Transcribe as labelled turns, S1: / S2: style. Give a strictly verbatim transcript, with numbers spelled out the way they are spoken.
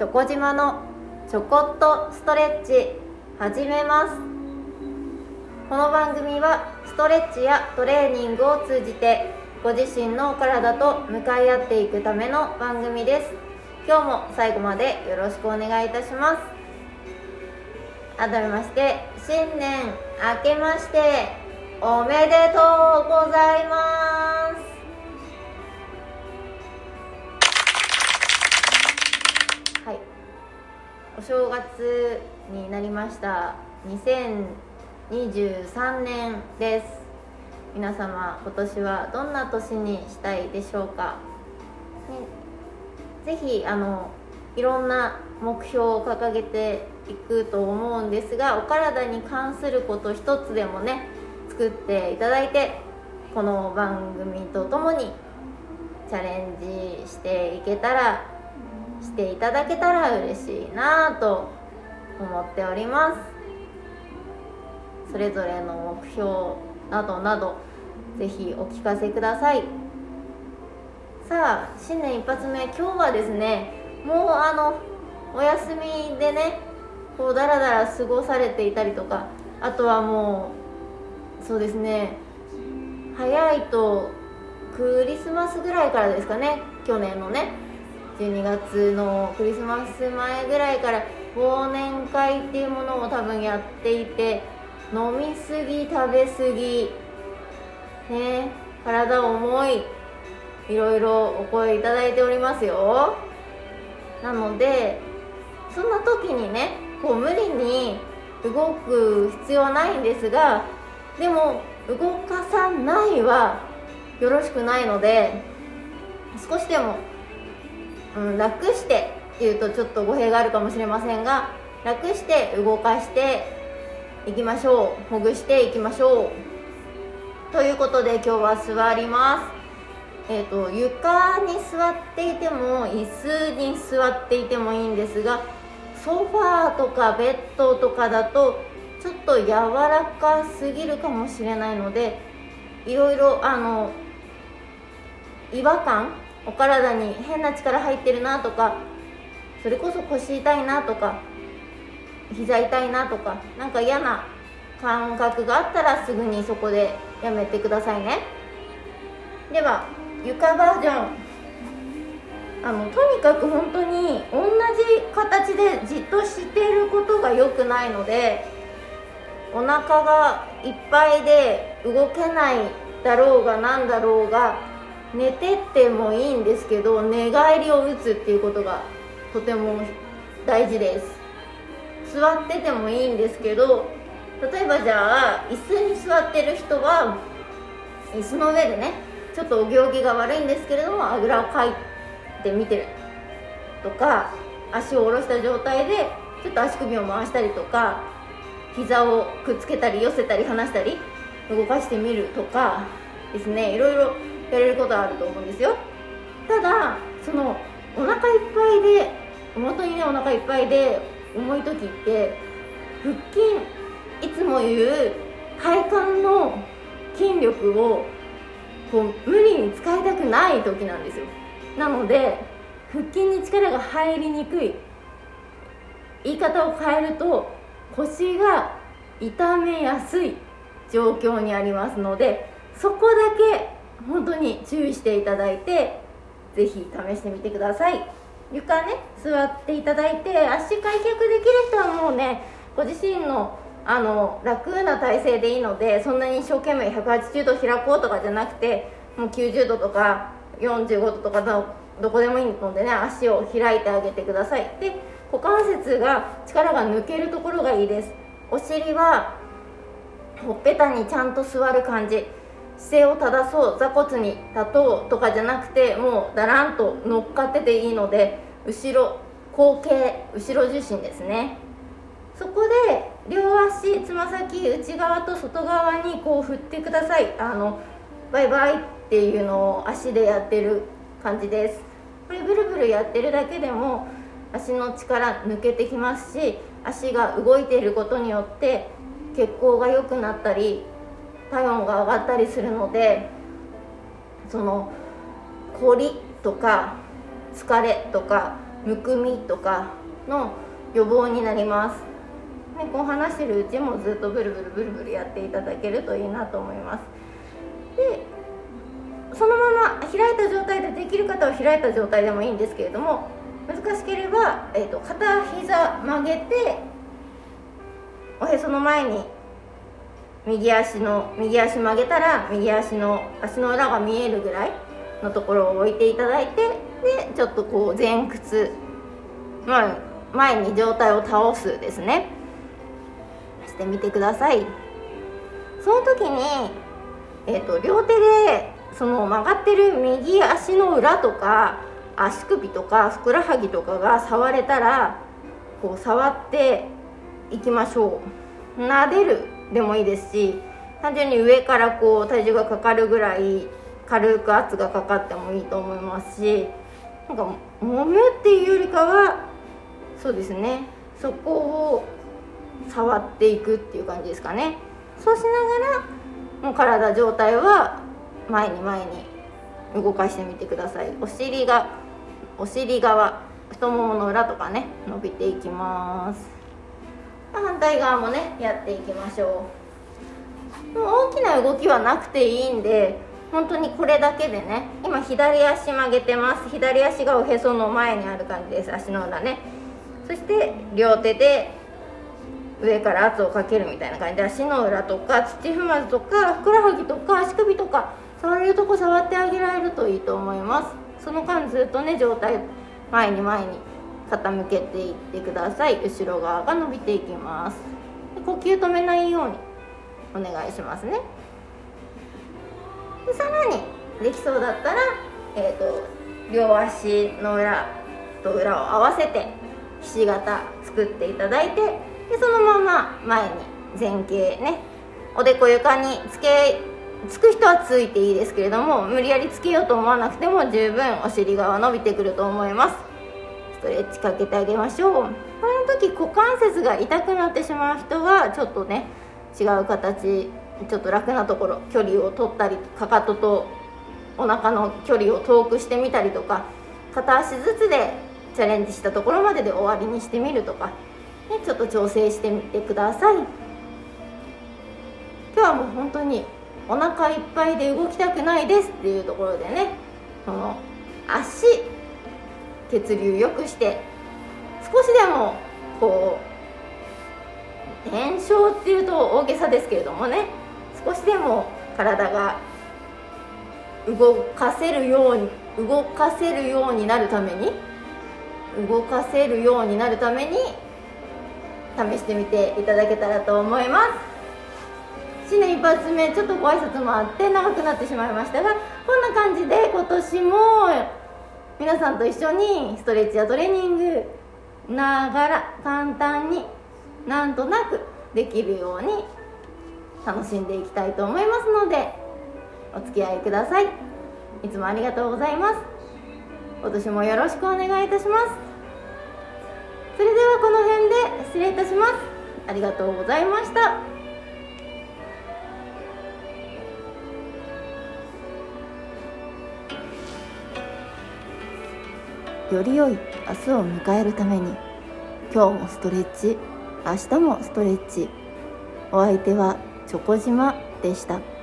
S1: チョコ島のちょこっとストレッチ始めます。この番組はストレッチやトレーニングを通じてご自身のお体と向かい合っていくための番組です。今日も最後までよろしくお願いいたします。改めまして新年明けましておめでとうございます。はい、お正月になりました。にせんにじゅうさんねんです。皆様今年はどんな年にしたいでしょうか、ね、ぜひあのいろんな目標を掲げていくと思うんですが、お体に関すること一つでもね作っていただいて、この番組とともにチャレンジしていけたらしていただけたら嬉しいなと思っております。それぞれの目標などなどぜひお聞かせください。さあ、新年一発目、今日はですね、もうあのお休みでねこうだらだら過ごされていたりとか、あとはもうそうですね、早いとクリスマスぐらいからですかね、去年のねじゅうにがつのクリスマス前ぐらいから忘年会っていうものを多分やっていて、飲みすぎ食べすぎね、体重い、いろいろお声いただいておりますよ。なのでそんな時にねこう無理に動く必要はないんですが、でも動かさないはよろしくないので、少しでも、うん、楽してっていうとちょっと語弊があるかもしれませんが、楽して動かしていきましょう。ほぐしていきましょうということで、今日は座ります。えーと、床に座っていても椅子に座っていてもいいんですが、ソファーとかベッドとかだとちょっと柔らかすぎるかもしれないので、いろいろあの違和感、お体に変な力入ってるなとか、それこそ腰痛いなとか膝痛いなとか、なんか嫌な感覚があったらすぐにそこでやめてくださいね。では床バージョン、あのとにかく本当に同じ形でじっとしていることが良くないので、お腹がいっぱいで動けないだろうがなんだろうが、寝てってもいいんですけど寝返りを打つっていうことがとても大事です。座っててもいいんですけど、例えばじゃあ椅子に座ってる人は椅子の上でねちょっとお行儀が悪いんですけれどもあぐらをかいて見てるとか、足を下ろした状態でちょっと足首を回したりとか、膝をくっつけたり寄せたり離したり動かしてみるとかですね、いろいろやれることあると思うんですよ。ただそのお腹いっぱいで本当にねお腹いっぱいで重い時って腹筋、いつも言う体幹の筋力をこう無理に使いたくない時なんですよ。なので腹筋に力が入りにくい、言い方を変えると腰が痛めやすい状況にありますので、そこだけ本当に注意していただいてぜひ試してみてください。床ね座っていただいて、足開脚できる人はもうねご自身のあの楽な体勢でいいので、そんなに一生懸命ひゃくはちじゅうど開こうとかじゃなくて、もうきゅうじゅうどとかよんじゅうごどとか ど, どこでもいいのでね、足を開いてあげてください。で股関節が力が抜けるところがいいです。お尻はほっぺたにちゃんと座る感じ、姿勢を正そう、座骨に立とうとかじゃなくて、もうだらんと乗っかってていいので、後ろ後傾、後ろ重心ですね。そこで両足つま先内側と外側にこう振ってください。あのバイバイっていうのを足でやってる感じです。これブルブルやってるだけでも足の力抜けてきますし、足が動いていることによって血行が良くなったり体温が上がったりするので、その凝りとか疲れとかむくみとかの予防になります。ね、こう話してるうちもずっとブルブルブルブルやっていただけるといいなと思います。でそのまま開いた状態で、できる方は開いた状態でもいいんですけれども、難しければ、えーと、片膝曲げておへその前に右足の右足曲げたら右足の足の裏が見えるぐらいのところを置いていただいて、でちょっとこう前屈、まあ、前に上体を倒すですね、してみてください。その時に、えーと、両手でその曲がってる右足の裏とか足首とかふくらはぎとかが触れたら、こう触っていきましょう。撫でるでもいいですし、単純に上からこう体重がかかるぐらい軽く圧がかかってもいいと思いますし、なんか揉むっていうよりかは、そうですね、そこを触っていくっていう感じですかね。そうしながらもう体状態は前に前に動かしてみてください。お尻がお尻側、太ももの裏とかね、伸びていきます。反対側もねやっていきましょう。もう大きな動きはなくていいんで、本当にこれだけでね、今左足曲げてます。左足がおへその前にある感じです。足の裏ね。そして両手で上から圧をかけるみたいな感じで、足の裏とか土踏まずとかふくらはぎとか足首とか触れるとこ触ってあげられるといいと思います。その間ずっとね、上体前に前に傾けていってください。後ろ側が伸びていきます。で呼吸止めないようにお願いしますね。でさらにできそうだったら、えーと、両足の裏と裏を合わせてひし形作っていただいて、でそのまま前に前傾ね、おでこ床につけつく人はついていいですけれども、無理やりつけようと思わなくても十分お尻側伸びてくると思います。ストレッチかけてあげましょう。この時股関節が痛くなってしまう人はちょっとね、違う形、ちょっと楽なところ、距離を取ったり、かかととお腹の距離を遠くしてみたりとか、片足ずつでチャレンジしたところまでで終わりにしてみるとか、ね、ちょっと調整してみてください。今日はもう本当にお腹いっぱいで動きたくないですっていうところでね、この足血流良くして、少しでもこう炎症っていうと大げさですけれどもね、少しでも体が動かせるように動かせるようになるために動かせるようになるために試してみていただけたらと思います。新年一発目、ちょっとご挨拶もあって長くなってしまいましたが、こんな感じで今年も皆さんと一緒にストレッチやトレーニングながら簡単になんとなくできるように楽しんでいきたいと思いますので、お付き合いください。いつもありがとうございます。今年もよろしくお願いいたします。それではこの辺で失礼いたします。ありがとうございました。より良い明日を迎えるために、今日もストレッチ、明日もストレッチ。お相手はチョコ島でした。